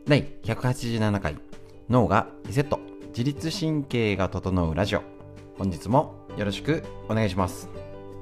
第187回脳がリセット、自律神経が整うラジオ。本日もよろしくお願いします。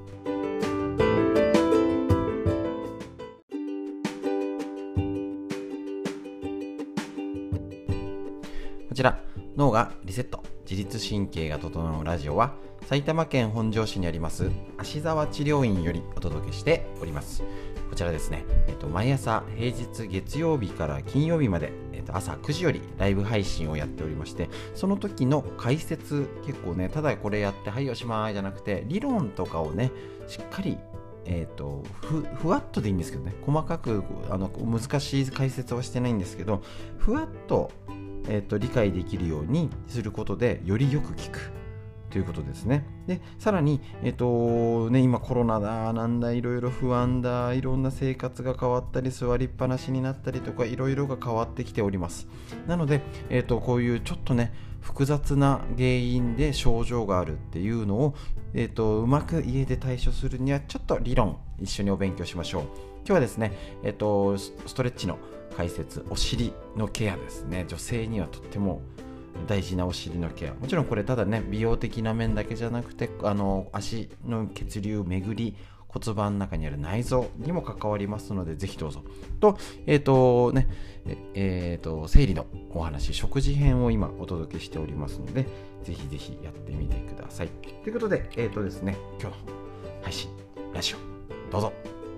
こちら脳がリセット、自律神経が整うラジオは埼玉県本庄市にあります芦沢治療院よりお届けしております。こちらですね、毎朝平日月曜日から金曜日まで、朝9時よりライブ配信をやっておりまして、その時の解説、結構ね、ただこれやってはいおしまいじゃなくて、理論とかをねしっかりふわっとでいいんですけどね、細かく難しい解説はしてないんですけど、ふわっと、理解できるようにすることでよりよく効くということですね。で、さらに、今コロナだなんだ、いろいろ不安だ、いろんな生活が変わったり、座りっぱなしになったりとか、いろいろが変わってきております。なので、こういうちょっとね複雑な原因で症状があるっていうのを、うまく家で対処するにはちょっと理論一緒にお勉強しましょう。今日はですね、ストレッチの解説、お尻のケアですね。女性にはとっても大事なお尻のケア、もちろんこれただね美容的な面だけじゃなくて、足の血流巡り、骨盤の中にある内臓にも関わりますので、ぜひどうぞと、生理のお話、食事編を今お届けしておりますので、ぜひぜひやってみてください。ということで、ですね、今日の配信ラジオどうぞ。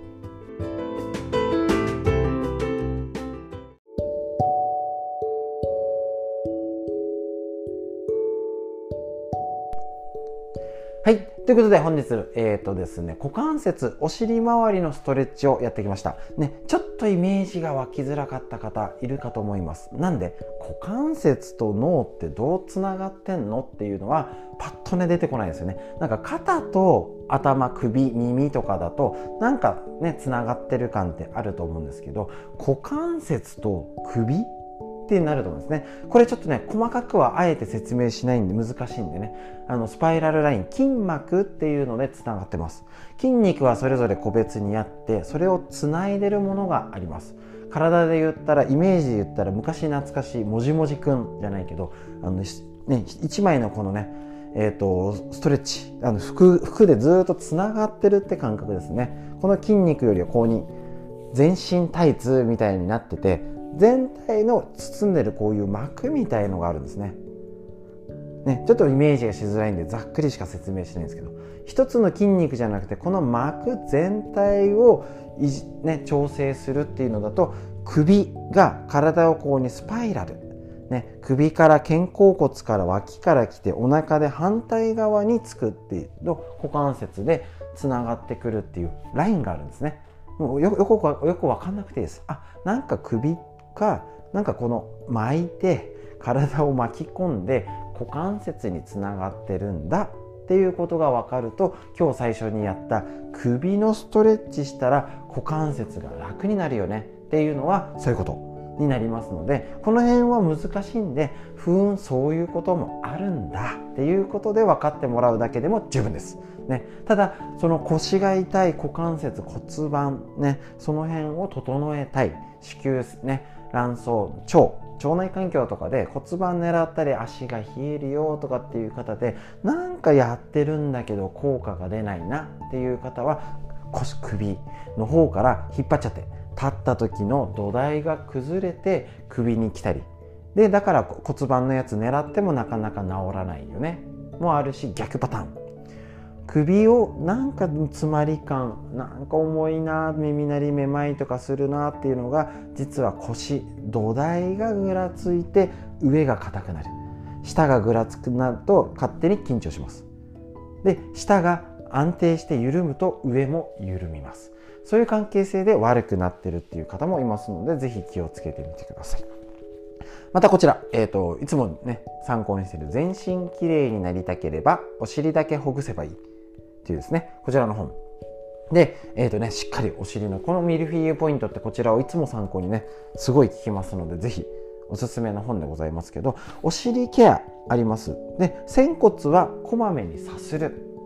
はい。ということで本日、ですね、股関節、お尻周りのストレッチをやってきました。ね、ちょっとイメージが湧きづらかった方いるかと思います。なんで、股関節と脳ってどうつながってんのっていうのは、パッとね、出てこないですよね。なんか肩と頭、首、耳とかだと、なんかね、つながってる感ってあると思うんですけど、股関節と首ってなると思うんですね。これちょっとね細かくはあえて説明しないんで難しいんでね、スパイラルライン、筋膜っていうのでつながってます。筋肉はそれぞれ個別にあって、それをつないでるものがあります。体で言ったら、イメージで言ったら、昔懐かしいもじもじくんじゃないけど、一枚のこのねストレッチ、服でずっとつながってるって感覚ですね。この筋肉よりはこうに全身タイツみたいになってて、全体の包んでるこういう膜みたいのがあるんですね。ちょっとイメージがしづらいんでざっくりしか説明しないんですけど、一つの筋肉じゃなくてこの膜全体を調整するっていうのだと、首が体をこうにスパイラル、首から肩甲骨から脇から来てお腹で反対側につくっていうと、股関節でつながってくるっていうラインがあるんですね。もうよく分かんなくていいです。なんか首かなんかこの巻いて体を巻き込んで股関節につながってるんだっていうことが分かると、今日最初にやった首のストレッチしたら股関節が楽になるよねっていうのはそういうことになりますので、この辺は難しいんで、そういうこともあるんだっていうことで分かってもらうだけでも十分です。ただその腰が痛い股関節、骨盤その辺を整えたい、子宮卵巣、腸内環境とかで骨盤狙ったり足が冷えるよとかっていう方で、なんかやってるんだけど効果が出ないなっていう方は、首の方から引っ張っちゃって、立った時の土台が崩れて首に来たりで、だから骨盤のやつ狙ってもなかなか治らないよねもあるし、逆パターン、首をなんか詰まり感、なんか重いな、耳鳴りめまいとかするなっていうのが、実は腰、土台がぐらついて上が硬くなる。下がぐらつくなると勝手に緊張します。で、下が安定して緩むと上も緩みます。そういう関係性で悪くなってるっていう方もいますので、ぜひ気をつけてみてください。またこちら、いつもね参考にしている、全身きれいになりたければお尻だけほぐせばいいっていうですね、こちらの本で、しっかりお尻のこのミルフィーユポイントって、こちらをいつも参考にねすごい聞きますので、ぜひおすすめの本でございますけど、お尻ケアあります。で、仙骨はこまめにさする。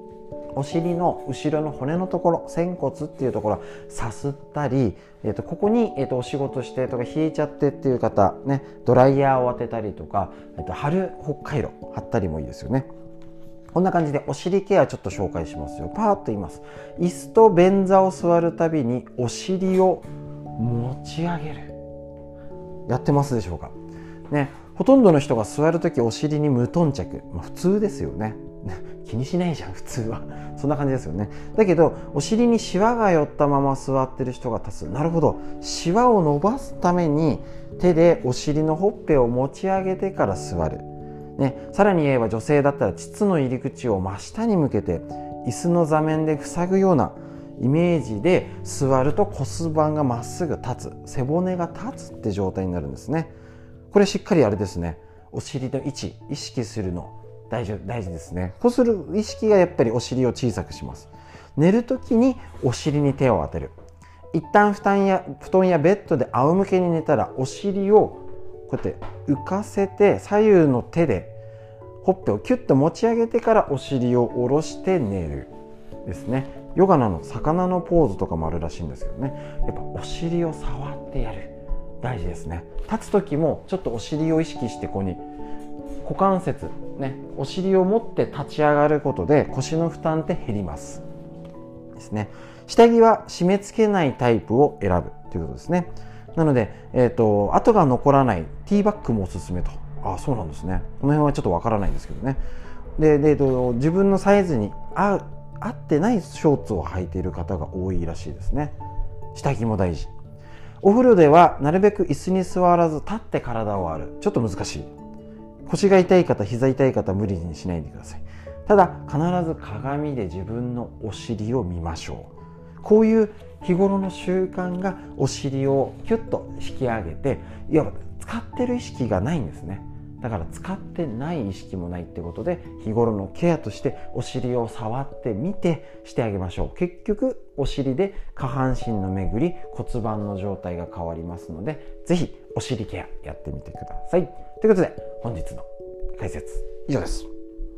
お尻の後ろの骨のところ、仙骨っていうところさすったり、ここに、お仕事してとか冷えちゃってっていう方ね、ドライヤーを当てたりとか、春北海道貼ったりもいいですよね。こんな感じでお尻ケアちょっと紹介しますよ。パーッと言います。椅子と便座を座るたびにお尻を持ち上げる。やってますでしょうかね。ほとんどの人が座るときお尻に無頓着、普通ですよね。気にしないじゃん普通は。そんな感じですよね。だけどお尻にシワが寄ったまま座ってる人が多数。なるほど、シワを伸ばすために手でお尻のほっぺを持ち上げてから座る、ね、さらに言えば女性だったら膣の入り口を真下に向けて椅子の座面で塞ぐようなイメージで座ると骨盤がまっすぐ立つ、背骨が立つって状態になるんですね。これしっかりあれですね、お尻の位置意識するの大事ですね。こうする意識がやっぱりお尻を小さくします。寝るときにお尻に手を当てる。一旦布団やベッドで仰向けに寝たらお尻をこうやって浮かせて左右の手でほっぺをキュッと持ち上げてからお尻を下ろして寝るですね。ヨガの魚のポーズとかもあるらしいんですけどね、やっぱお尻を触ってやる、大事ですね。立つ時もちょっとお尻を意識してここに股関節ね、お尻を持って立ち上がることで腰の負担って減りますですね。下着は締め付けないタイプを選ぶということですね。なので、跡が残らないティーバッグもおすすめと。そうなんですね。この辺はちょっとわからないんですけどね。で、自分のサイズに合ってないショーツを履いている方が多いらしいですね。下着も大事。お風呂ではなるべく椅子に座らず立って体を洗う。ちょっと難しい。腰が痛い方、膝痛い方は無理にしないでください。ただ必ず鏡で自分のお尻を見ましょう。こういう日頃の習慣がお尻をキュッと引き上げて、いわば使ってる意識がないんですね。だから使ってない意識もないってことで、日頃のケアとしてお尻を触ってみてしてあげましょう。結局お尻で下半身の巡り、骨盤の状態が変わりますので、ぜひお尻ケアやってみてください。ということで本日の解説以上です。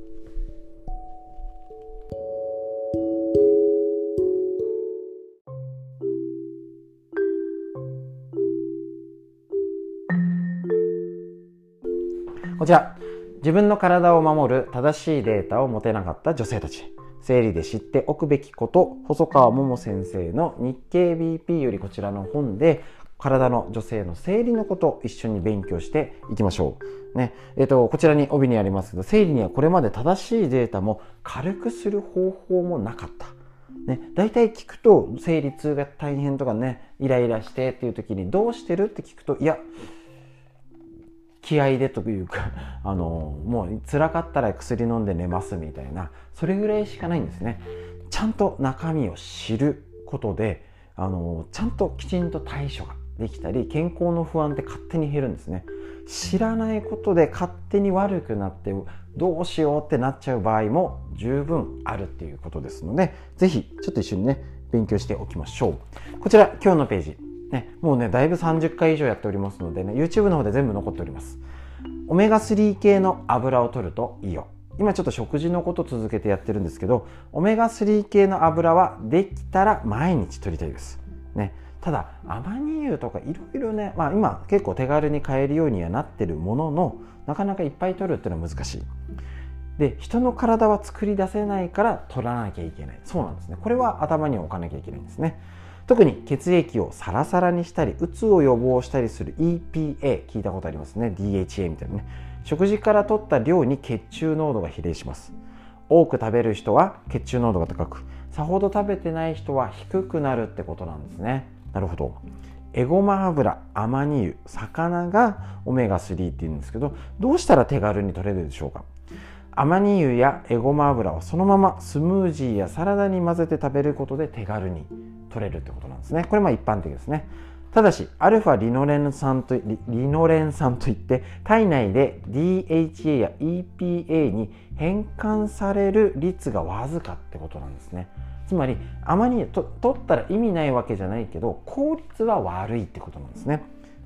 こちら、自分の体を守る正しいデータを持てなかった女性たち、生理で知っておくべきこと、細川桃先生の日経 BP よりこちらの本で体の女性の生理のことを一緒に勉強していきましょう。ね、こちらに帯にありますけど、生理にはこれまで正しいデータも軽くする方法もなかった。ね、大体聞くと生理痛が大変とかね、イライラしてっていう時にどうしてるって聞くと、いや気合でというかもう辛かったら薬飲んで寝ますみたいな、それぐらいしかないんですね。ちゃんと中身を知ることでちゃんときちんと対処ができたり、健康の不安って勝手に減るんですね。知らないことで勝手に悪くなってどうしようってなっちゃう場合も十分あるっていうことですので、ぜひちょっと一緒にね勉強しておきましょう。こちら今日のページね、もうねだいぶ30回以上やっておりますのでね、 YouTube の方で全部残っております。オメガ3系の油を取るといいよ。今ちょっと食事のこと続けてやってるんですけど、オメガ3系の油はできたら毎日取りたいですね。ただアマニ油とかいろいろね、今結構手軽に買えるようにはなってるものの、なかなかいっぱい取るっていうのは難しい。で、人の体は作り出せないから取らなきゃいけない。そうなんですね。これは頭に置かなきゃいけないんですね。特に血液をサラサラにしたり、うつを予防したりする EPA、 聞いたことありますね。 DHA みたいなね、食事から取った量に血中濃度が比例します。多く食べる人は血中濃度が高く、さほど食べてない人は低くなるってことなんですね。なるほど。エゴマ油、アマニ油、魚がオメガ3っていうんですけど、どうしたら手軽に取れるでしょうか。アマニ油やエゴマ油はそのままスムージーやサラダに混ぜて食べることで手軽に取れるってことなんですね。これ一般的ですね。ただしアルファリノレン酸といって体内で DHA や EPA に変換される率がわずかってことなんですね。つまりアマニ油取ったら意味ないわけじゃないけど、効率は悪いってことなんですね。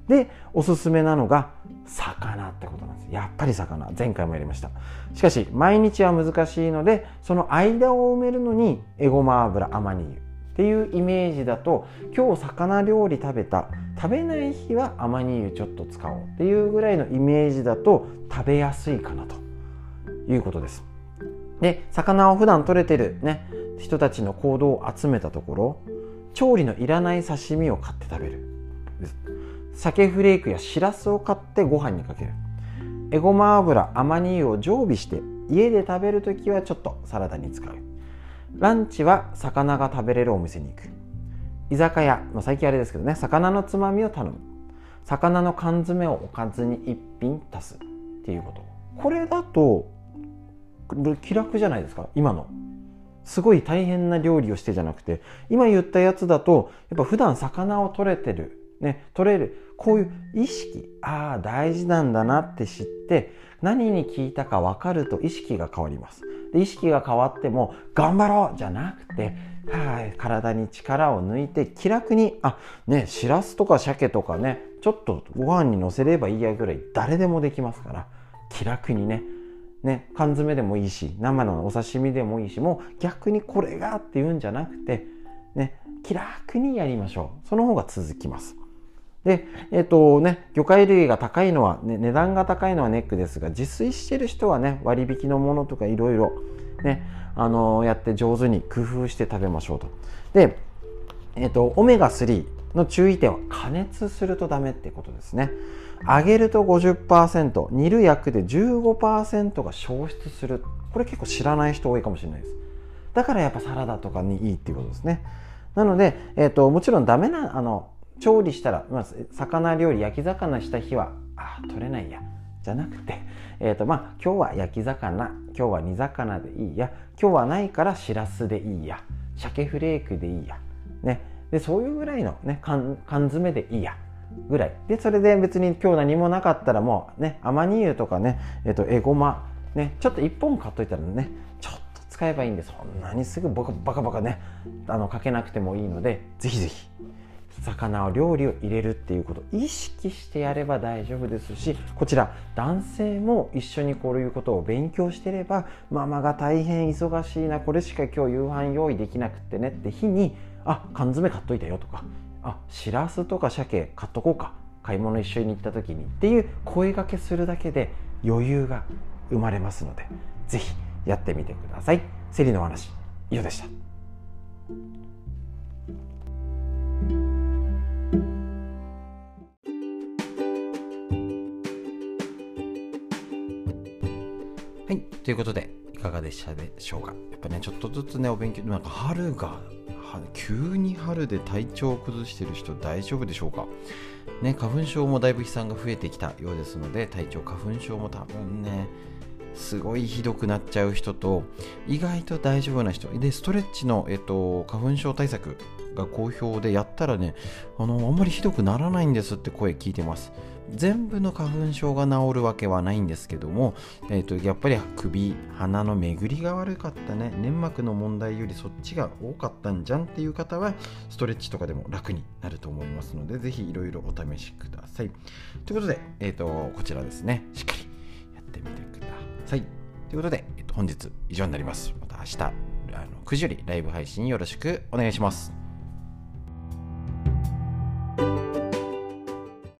でおすすめなのが魚ってことなんです。やっぱり魚、前回もやりました。しかし毎日は難しいので、その間を埋めるのにエゴマ油、アマニ油っていうイメージだと、今日魚料理食べない日はアマニ油ちょっと使おうっていうぐらいのイメージだと食べやすいかなということです。で、魚を普段取れてるね人たちの行動を集めたところ、調理のいらない刺身を買って食べるです。鮭フレークやシラスを買ってご飯にかける。エゴマ油、アマニ油を常備して家で食べるときはちょっとサラダに使う。ランチは魚が食べれるお店に行く。居酒屋、最近あれですけどね、魚のつまみを頼む。魚の缶詰をおかずに一品足すっていうこと。これだと気楽じゃないですか。今のすごい大変な料理をしてじゃなくて、今言ったやつだとやっぱ普段魚を取れてるね、取れるこういう意識、大事なんだなって知って、何に効いたか分かると意識が変わります。で、意識が変わっても頑張ろうじゃなくて、体に力を抜いて気楽にしらすとか鮭とかね、ちょっとご飯にのせればいいやぐらい誰でもできますから、気楽にね、缶詰でもいいし、生のお刺身でもいいし、もう逆にこれがっていうんじゃなくてね、気楽にやりましょう。その方が続きます。で、魚介類が高いのは、値段が高いのはネックですが、自炊してる人はね、割引のものとかいろいろね、やって上手に工夫して食べましょうと。で、オメガ3の注意点は加熱するとダメってことですね。揚げると 50%、煮る焼くで 15% が消失する。これ結構知らない人多いかもしれないです。だからやっぱサラダとかにいいっていうことですね。なので、もちろんダメな調理したら、魚料理、焼き魚した日は取れないやじゃなくて、今日は焼き魚、今日は煮魚でいいや、今日はないからしらすでいいや、鮭フレークでいいやね、でそういうぐらいのね、缶詰でいいやぐらいで、それで別に今日何もなかったらもうね、アマニ油とかね、エゴマね、ちょっと1本買っといたらね、ちょっと使えばいいんで、そんなにすぐバカバカねかけなくてもいいので、ぜひぜひ魚を料理を入れるっていうことを意識してやれば大丈夫ですし、こちら男性も一緒にこういうことを勉強してれば、ママが大変忙しいな、これしか今日夕飯用意できなくってねって日に、缶詰買っといたよとか、しらすとか鮭買っとこうか、買い物一緒に行った時にっていう声掛けするだけで余裕が生まれますので、ぜひやってみてください。セリのお話以上でした。はい、ということでいかがでしたでしょうか。やっぱね、ちょっとずつね、お勉強、急に春で体調を崩している人大丈夫でしょうかね。花粉症もだいぶ飛散が増えてきたようですので、花粉症も多分ね、すごいひどくなっちゃう人と、意外と大丈夫な人で、ストレッチの、花粉症対策が好評で、やったらね、あんまりひどくならないんですって声聞いてます。全部の花粉症が治るわけはないんですけども、やっぱり首、鼻の巡りが悪かったね、粘膜の問題よりそっちが多かったんじゃんっていう方は、ストレッチとかでも楽になると思いますので、ぜひいろいろお試しください。ということで、こちらですね、しっかりやってみてください。ということで、本日以上になります。また明日9時よりライブ配信よろしくお願いします。